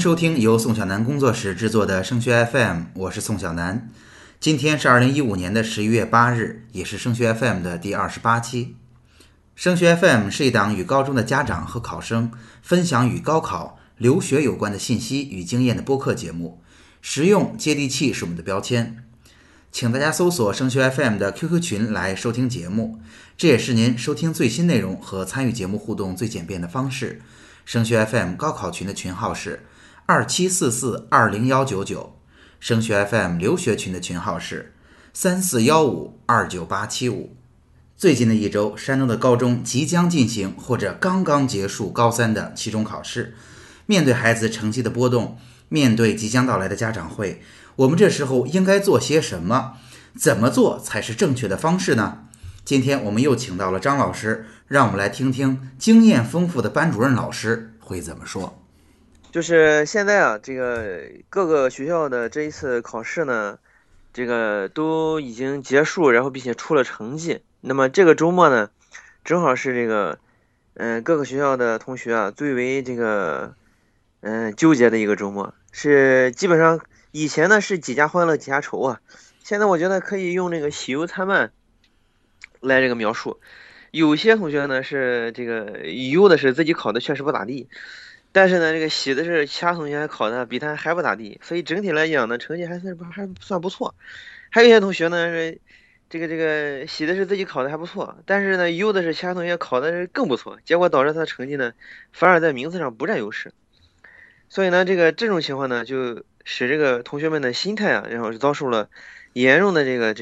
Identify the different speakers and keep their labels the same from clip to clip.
Speaker 1: 收听由宋小南工作室制作的升学 FM， 我是宋小南。今天是2015年的11月8日，也是升学 FM 的第28期。升学 FM 是一档与高中的家长和考生分享与高考、留学有关的信息与经验的播客节目，实用接地气是我们的标签。请大家搜索升学 FM 的 QQ 群来收听节目，这也是您收听最新内容和参与节目互动最简便的方式。升学 FM 高考群的群号是2744-20199，升学 FM 留学群的群号是3415-29875。最近的一周，山东的高中即将进行或者刚刚结束高三的期中考试。面对孩子成绩的波动，面对即将到来的家长会，我们这时候应该做些什么？怎么做才是正确的方式呢？今天我们又请到了张老师，让我们来听听经验丰富的班主任老师会怎么说。
Speaker 2: 就是现在啊，这个各个学校的这一次考试呢，这个都已经结束，然后并且出了成绩。那么这个周末呢，正好是这个，各个学校的同学啊，最为这个，纠结的一个周末。是基本上以前呢是几家欢乐几家愁啊，现在我觉得可以用这个喜忧参半来这个描述。有些同学呢是这个忧的是自己考的确实不咋地。但是呢，这个喜的是其他同学考的比他还不咋地，所以整体来讲呢，成绩还算不错。还有一些同学呢是这个喜的是自己考的还不错，但是呢忧的是其他同学考的是更不错，结果导致他的成绩呢反而在名次上不占优势。所以呢，这种情况呢就使这个同学们的心态啊，然后遭受了严重的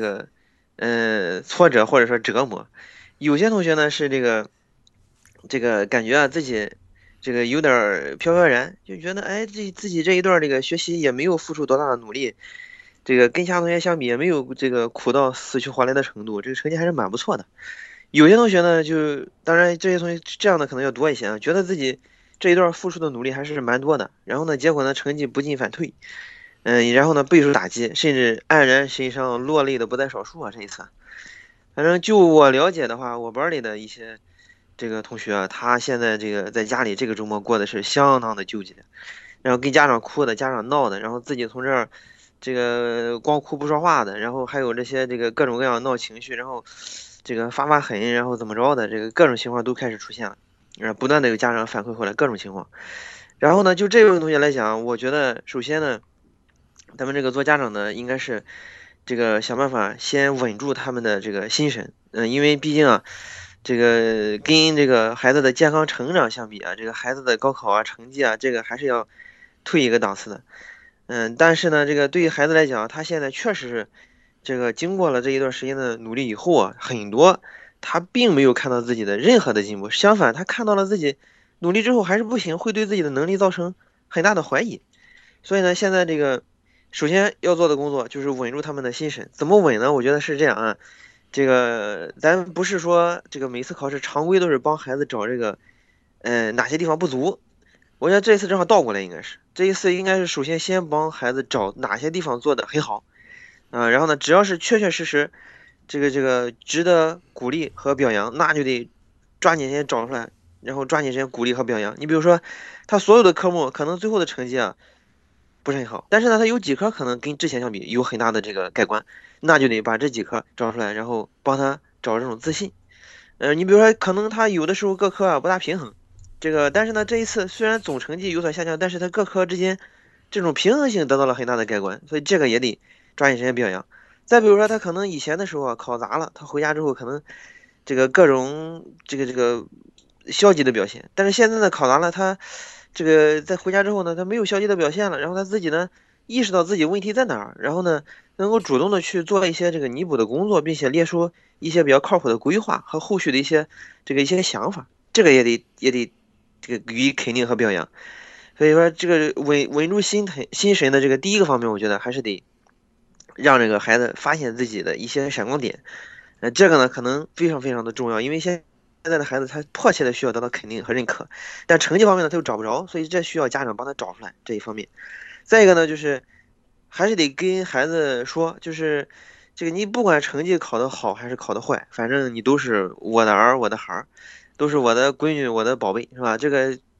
Speaker 2: 挫折或者说折磨。有些同学呢是这个感觉啊自己。这个有点飘飘然，就觉得哎，自己这一段这个学习也没有付出多大的努力，这个跟其他同学相比也没有这个苦到死去活来的程度，这个成绩还是蛮不错的。有些同学呢，当然这些同学这样的可能要多一些啊，觉得自己这一段付出的努力还是蛮多的，然后呢，结果呢成绩不进反退，然后呢备受打击，甚至黯然神伤、落泪的不在少数啊。这一次，反正就我了解的话，我班里的一些。这个同学啊，他现在这个在家里这个周末过的是相当的纠结，然后跟家长哭的，家长闹的，然后自己从这儿这个光哭不说话的，然后还有这些这个各种各样闹情绪，然后这个发狠，然后怎么着的，这个各种情况都开始出现了，不断的有家长反馈回来各种情况。然后呢，就这位同学来讲，我觉得首先呢，咱们这个做家长的应该是这个想办法先稳住他们的这个心神，因为毕竟啊。这个跟这个孩子的健康成长相比啊，这个孩子的高考啊成绩啊，这个还是要退一个档次的。但是呢，这个对于孩子来讲，他现在确实是这个经过了这一段时间的努力以后啊，很多他并没有看到自己的任何的进步，相反，他看到了自己努力之后还是不行，会对自己的能力造成很大的怀疑。所以呢，现在这个首先要做的工作就是稳住他们的心神。怎么稳呢？我觉得是这样啊。这个咱不是说这个每次考试常规都是帮孩子找这个，哪些地方不足。我觉得这一次正好倒过来，应该是这一次应该是首先先帮孩子找哪些地方做的很好，然后呢，只要是确确实实这个值得鼓励和表扬，那就得抓紧时间找出来，然后抓紧时间鼓励和表扬。你比如说，他所有的科目可能最后的成绩啊不是很好，但是呢，他有几科可能跟之前相比有很大的这个改观。那就得把这几科找出来，然后帮他找这种自信。你比如说，可能他有的时候各科啊不大平衡，但是呢，这一次虽然总成绩有所下降，但是他各科之间这种平衡性得到了很大的改观，所以这个也得抓紧时间表扬。再比如说，他可能以前的时候啊考砸了，他回家之后可能这个各种这个消极的表现，但是现在呢考砸了，他这个在回家之后呢，他没有消极的表现了，然后他自己呢意识到自己问题在哪儿，然后呢。能够主动的去做一些这个弥补的工作，并且列出一些比较靠谱的规划和后续的一些想法，这个也得这个予以肯定和表扬。所以说，这个稳住心神的这个第一个方面，我觉得还是得让这个孩子发现自己的一些闪光点。这个呢可能非常非常的重要，因为现在的孩子他迫切的需要得到肯定和认可，但成绩方面呢他又找不着，所以这需要家长帮他找出来这一方面。再一个呢就是。还是得跟孩子说，就是这个你不管成绩考得好还是考得坏，反正你都是我的儿，我的孩儿，都是我的闺女，我的宝贝，是吧？这个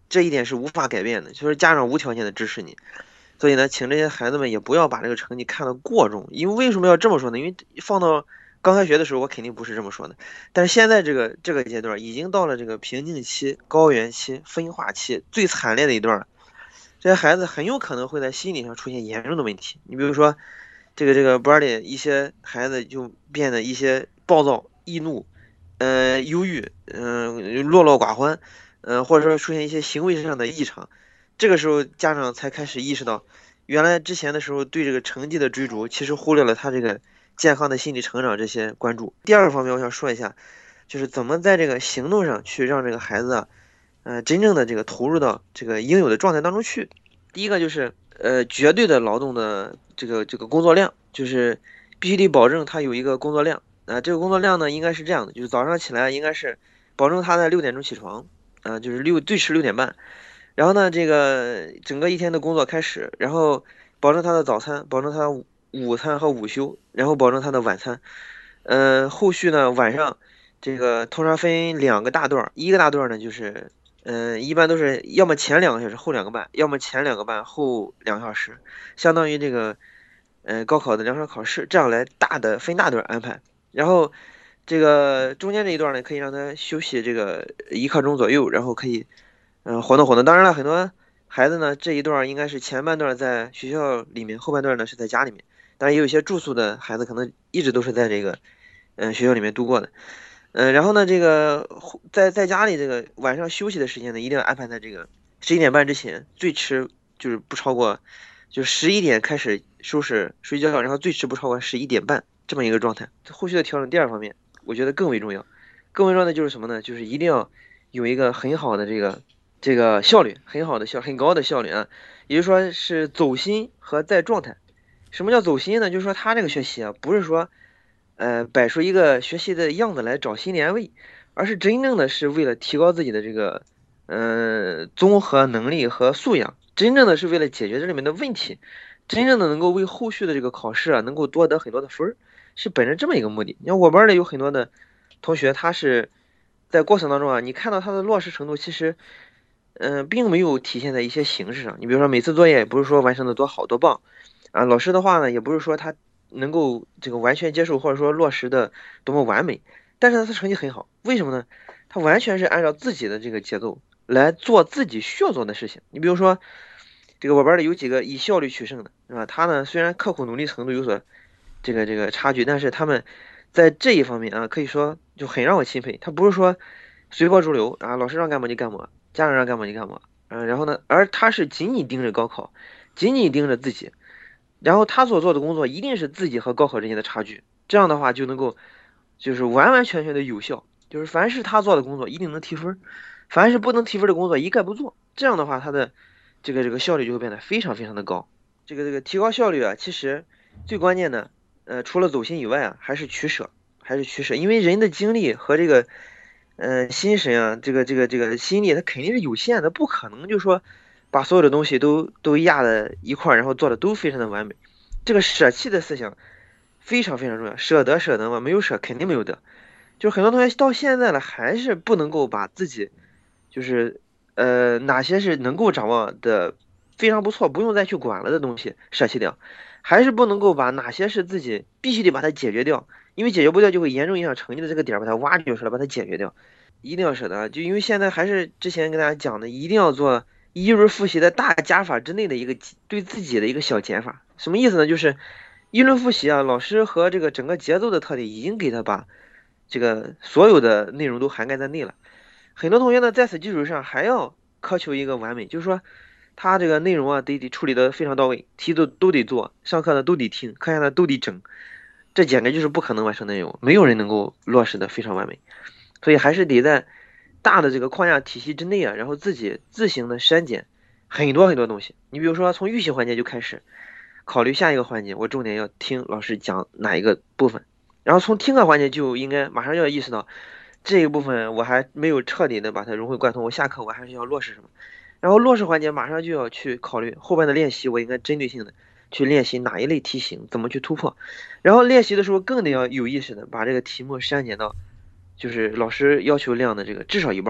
Speaker 2: 这一点是无法改变的，就是家长无条件的支持你。所以呢，请这些孩子们也不要把这个成绩看得过重，因为为什么要这么说呢？因为放到刚开学的时候，我肯定不是这么说的。但是现在这个阶段已经到了这个瓶颈期、高原期、分化期最惨烈的一段了。这些孩子很有可能会在心理上出现严重的问题。你比如说，这个班里一些孩子就变得一些暴躁、易怒，忧郁，落落寡欢，或者说出现一些行为上的异常。这个时候家长才开始意识到，原来之前的时候对这个成绩的追逐，其实忽略了他这个健康的心理成长这些关注。第二个方面，我想说一下，就是怎么在这个行动上去让这个孩子啊，真正的这个投入到这个应有的状态当中去。第一个就是绝对的劳动的这个工作量，就是必须得保证他有一个工作量。这个工作量呢应该是这样的，就是早上起来应该是保证他在6点钟起床，就是最迟6点半。然后呢，这个整个一天的工作开始，然后保证他的早餐，保证他的午餐和午休，然后保证他的晚餐。后续呢晚上这个通常分两个大段儿，一个大段儿呢就是一般都是要么前2个小时后2个半，要么前2个半后2个小时，相当于这个高考的2场考试，这样来分大段安排。然后这个中间这一段呢，可以让他休息这个1刻钟左右，然后可以活动活动。当然了，很多孩子呢这一段应该是前半段在学校里面，后半段呢是在家里面。当然也有一些住宿的孩子可能一直都是在这个学校里面度过的。然后呢，这个在家里这个晚上休息的时间呢，一定要安排在这个11点半之前，最迟就是不超过，就11点开始收拾睡觉，然后最迟不超过11点半这么一个状态。后续的调整，第二方面，我觉得更为重要。更为重要的就是什么呢？就是一定要有一个很好的这个效率，很高的效率啊，也就是说是走心和在状态。什么叫走心呢？就是说他这个学习啊，不是说摆出一个学习的样子来找心理安慰，而是真正的是为了提高自己的这个综合能力和素养，真正的是为了解决这里面的问题，真正的能够为后续的这个考试啊能够多得很多的分儿，是本着这么一个目的。你看我班里有很多的同学，他是在过程当中啊，你看到他的落实程度其实并没有体现在一些形式上。你比如说每次作业也不是说完成的多好多棒啊，老师的话呢也不是说他能够这个完全接受或者说落实的多么完美，但是呢他成绩很好，为什么呢？他完全是按照自己的这个节奏来做自己需要做的事情。你比如说这个我班里有几个以效率取胜的，是吧？他呢虽然刻苦努力程度有所这个差距，但是他们在这一方面啊，可以说就很让我钦佩。他不是说随波逐流啊，老师让干嘛就干嘛，家长让干嘛就干嘛，然后呢，而他是紧紧盯着高考，紧紧盯着自己，然后他所做的工作一定是自己和高考之间的差距，这样的话就能够就是完完全全的有效，就是凡是他做的工作一定能提分，凡是不能提分的工作一概不做，这样的话他的这个效率就会变得非常非常的高。这个提高效率啊，其实最关键的除了走心以外啊，还是取舍，因为人的精力和这个心神啊，这个心力它肯定是有限的，不可能就说把所有的东西都压在一块儿，然后做的都非常的完美。这个舍弃的思想非常非常重要，舍得舍得嘛，没有舍肯定没有得。就很多同学到现在了，还是不能够把自己就是哪些是能够掌握的非常不错，不用再去管了的东西舍弃掉，还是不能够把哪些是自己必须得把它解决掉，因为解决不掉就会严重影响成绩的这个点儿，把它挖掘出来，把它解决掉。一定要舍得，就因为现在还是之前跟大家讲的，一定要做一轮复习的大加法之内的一个对自己的一个小减法。什么意思呢？就是一轮复习啊，老师和这个整个节奏的特点已经给他把这个所有的内容都涵盖在内了。很多同学呢，在此基础上还要苛求一个完美，就是说他这个内容啊得处理的非常到位，题都得做，上课呢都得听，课下呢都得整，这简直就是不可能完成的内容，没有人能够落实的非常完美。所以还是得在大的这个框架体系之内啊，然后自己自行的删减很多很多东西。你比如说从预习环节就开始考虑下一个环节，我重点要听老师讲哪一个部分，然后从听课环节就应该马上要意识到这一部分我还没有彻底的把它融会贯通，我下课我还是要落实什么，然后落实环节马上就要去考虑后边的练习，我应该针对性的去练习哪一类题型，怎么去突破，然后练习的时候更得要有意识的把这个题目删减到就是老师要求量的这个至少一半，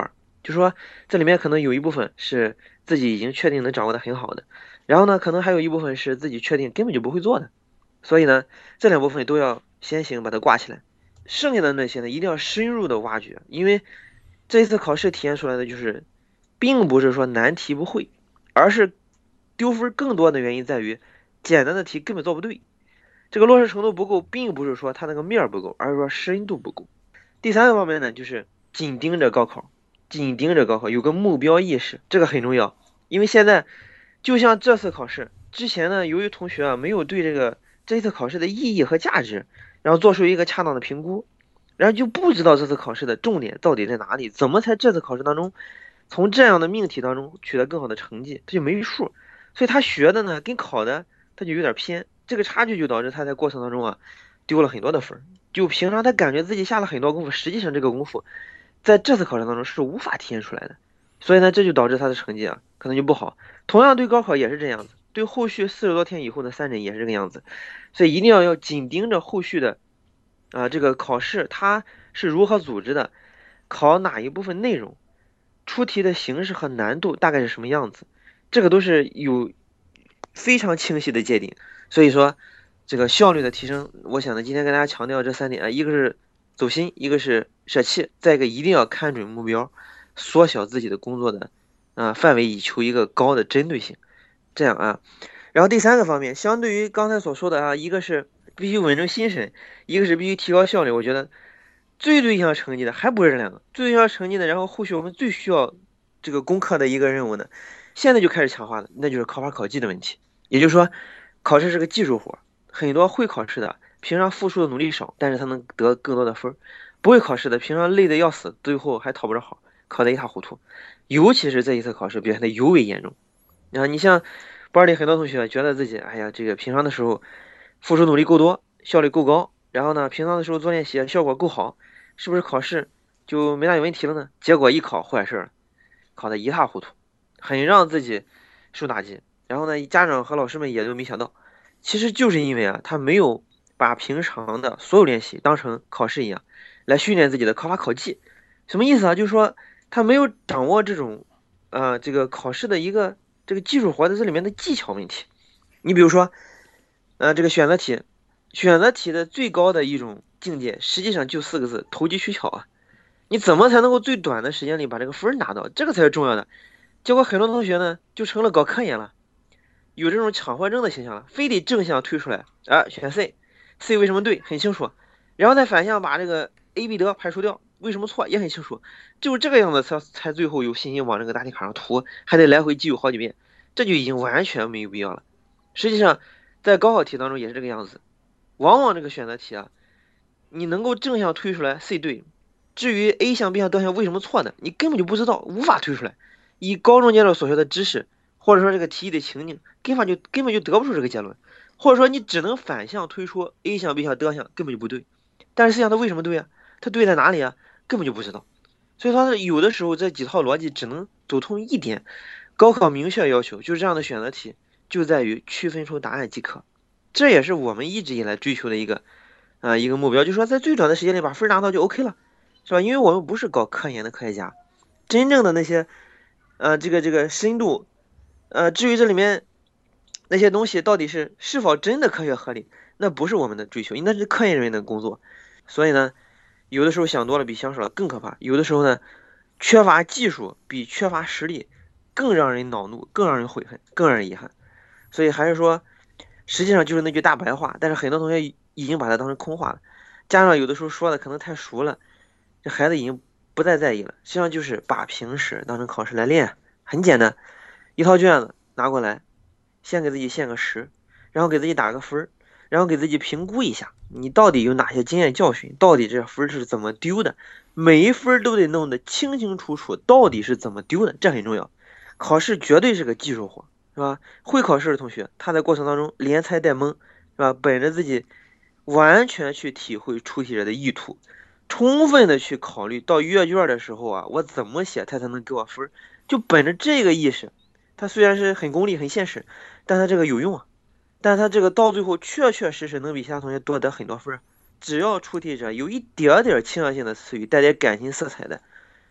Speaker 2: 就说这里面可能有一部分是自己已经确定能掌握的很好的，然后呢，可能还有一部分是自己确定根本就不会做的，所以呢，这两部分都要先行把它挂起来，剩下的那些呢，一定要深入的挖掘，因为这一次考试体现出来的就是，并不是说难题不会，而是丢分更多的原因在于简单的题根本做不对。这个落实程度不够，并不是说它那个面儿不够，而是说深度不够。第三个方面呢，就是紧盯着高考，紧盯着高考，有个目标意识，这个很重要。因为现在就像这次考试之前呢，由于同学啊没有对这次考试的意义和价值，然后做出一个恰当的评估，然后就不知道这次考试的重点到底在哪里，怎么才这次考试当中从这样的命题当中取得更好的成绩，他就没数，所以他学的呢跟考的他就有点偏，这个差距就导致他在过程当中啊丢了很多的分。就平常他感觉自己下了很多功夫，实际上这个功夫在这次考试当中是无法体现出来的，所以呢这就导致他的成绩啊可能就不好。同样对高考也是这样子，对后续40多天以后的3诊也是这个样子，所以一定要紧盯着后续的这个考试它是如何组织的，考哪一部分内容，出题的形式和难度大概是什么样子，这个都是有非常清晰的界定。所以说这个效率的提升，我想呢今天跟大家强调这3点啊，一个是走心，一个是舍弃，再一个一定要看准目标，缩小自己的工作的范围，以求一个高的针对性。这样啊，然后第三个方面，相对于刚才所说的啊，一个是必须稳正心神，一个是必须提高效率。我觉得最影响成绩的还不是这两个，最影响成绩的，然后后续我们最需要这个攻克的一个任务呢，现在就开始强化了，那就是考法考技的问题。也就是说，考试是个技术活，很多会考试的平常付出的努力少，但是他能得更多的分；不会考试的平常累得要死，最后还考不着好，考得一塌糊涂。尤其是这一次考试表现的尤为严重。然后你像班里很多同学觉得自己，哎呀，这个平常的时候付出努力够多，效率够高，然后呢，平常的时候做练习效果够好，是不是考试就没大有问题了呢？结果一考坏事了，考得一塌糊涂，很让自己受打击。然后呢，家长和老师们也都没想到，其实就是因为啊，他没有把平常的所有练习当成考试一样来训练自己的考法考技。什么意思啊？就是说他没有掌握这种这个考试的一个这个技术活的这里面的技巧问题。你比如说，这个选择题，选择题的最高的一种境界，实际上就4个字：投机取巧啊。你怎么才能够最短的时间里把这个分拿到？这个才是重要的。结果很多同学呢，就成了搞科研了，有这种抢货症的现象了，非得正向推出来，选 C 为什么对，很清楚，然后再反向把这个 A、B 得排除掉，为什么错也很清楚，就这个样子才最后有信心往这个答题卡上涂，还得来回记录好几遍，这就已经完全没有必要了。实际上，在高考题当中也是这个样子，往往这个选择题啊，你能够正向推出来 C 对，至于 A 项 B 项德项为什么错呢？你根本就不知道，无法推出来。以高中阶段所学的知识，或者说这个题意的情境，根本就得不出这个结论，或者说你只能反向推出 A 项 B 项德项根本就不对。但是 C 项它为什么对啊？它对在哪里啊？根本就不知道。所以说有的时候这几套逻辑只能走通一点。高考明确要求就是这样的选择题，就在于区分出答案即可。这也是我们一直以来追求的一个目标，就是说在最短的时间里把分拿到就 OK 了，是吧？因为我们不是搞科研的科学家，真正的那些这个深度，至于这里面那些东西到底是否真的科学合理，那不是我们的追求，那是科研人员的工作。所以呢，有的时候想多了比想少了更可怕，有的时候呢，缺乏技术比缺乏实力更让人恼怒，更让人悔恨，更让人遗憾。所以还是说，实际上就是那句大白话，但是很多同学已经把它当成空话了，加上有的时候说的可能太熟了，这孩子已经不再在意了。实际上就是把平时当成考试来练，很简单，一套卷子拿过来，先给自己限个时，然后给自己打个分，然后给自己评估一下，你到底有哪些经验教训，到底这分是怎么丢的，每一分都得弄得清清楚楚，到底是怎么丢的，这很重要。考试绝对是个技术活，是吧？会考试的同学，他在过程当中连猜带蒙，是吧？本着自己完全去体会出题者的意图，充分的去考虑到阅卷的时候啊，我怎么写他才能给我分，就本着这个意识，他虽然是很功利很现实，但他这个有用啊，但他这个到最后确确实实能比其他同学多得很多分。只要出题者有一点点倾向性的词语，带点感情色彩的，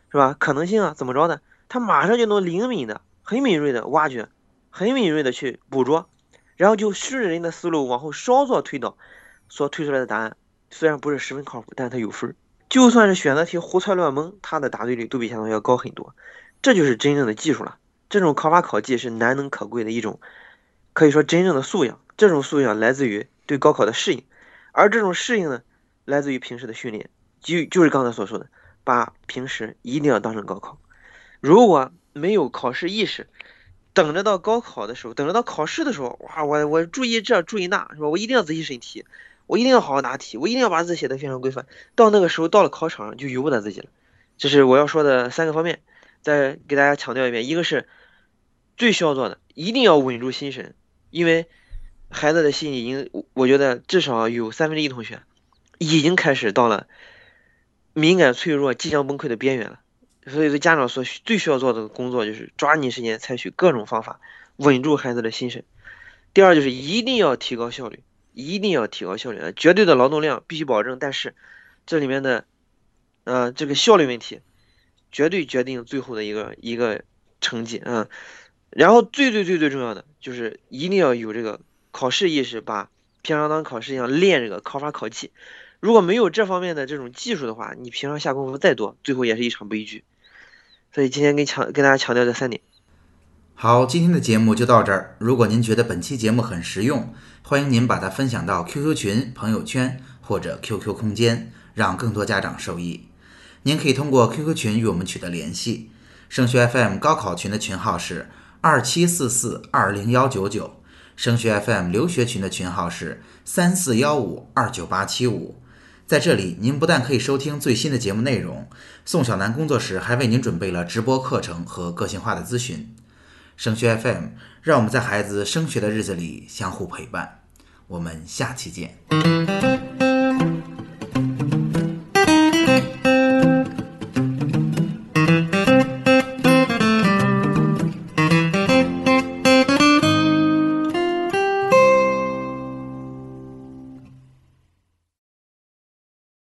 Speaker 2: 是吧？可能性啊，怎么着的，他马上就能灵敏的、很敏锐的挖掘，很敏锐的去捕捉，然后就顺着人的思路往后稍作推导，所推出来的答案虽然不是十分靠谱，但它有分儿。就算是选择题胡猜乱蒙，它的答对率都比相同要高很多。这就是真正的技术了。这种考法考技是难能可贵的一种，可以说真正的素养。这种素养来自于对高考的适应，而这种适应呢，来自于平时的训练。就是刚才所说的，把平时一定要当成高考。如果没有考试意识，等着到高考的时候，等着到考试的时候，哇，我注意这注意那，是吧？我一定要仔细审题，我一定要好好答题，我一定要把字写得非常规范。到那个时候，到了考场上就由不得自己了。这是我要说的3个方面，再给大家强调一遍：一个是最需要做的，一定要稳住心神，因为孩子的心已经，我觉得至少有1/3同学已经开始到了敏感脆弱、即将崩溃的边缘了。所以说，家长最需要做的工作就是抓紧时间，采取各种方法稳住孩子的心神。第二就是一定要提高效率，一定要提高效率啊！绝对的劳动量必须保证，但是这里面的这个效率问题，绝对决定最后的一个成绩啊。然后最重要的就是一定要有这个考试意识，把平常当考试一样练这个考法考技。如果没有这方面的这种技术的话，你平常下功夫再多，最后也是一场悲剧。所以今天跟大家强调这3点。
Speaker 1: 好，今天的节目就到这儿。如果您觉得本期节目很实用，欢迎您把它分享到 QQ 群、朋友圈或者 QQ 空间，让更多家长受益。您可以通过 QQ 群与我们取得联系。升学 FM 高考群的群号是2744-20199，升学 FM 留学群的群号是3415-29875。在这里，您不但可以收听最新的节目内容，宋小南工作室还为您准备了直播课程和个性化的咨询。升学 FM， 让我们在孩子升学的日子里相互陪伴。我们下期见。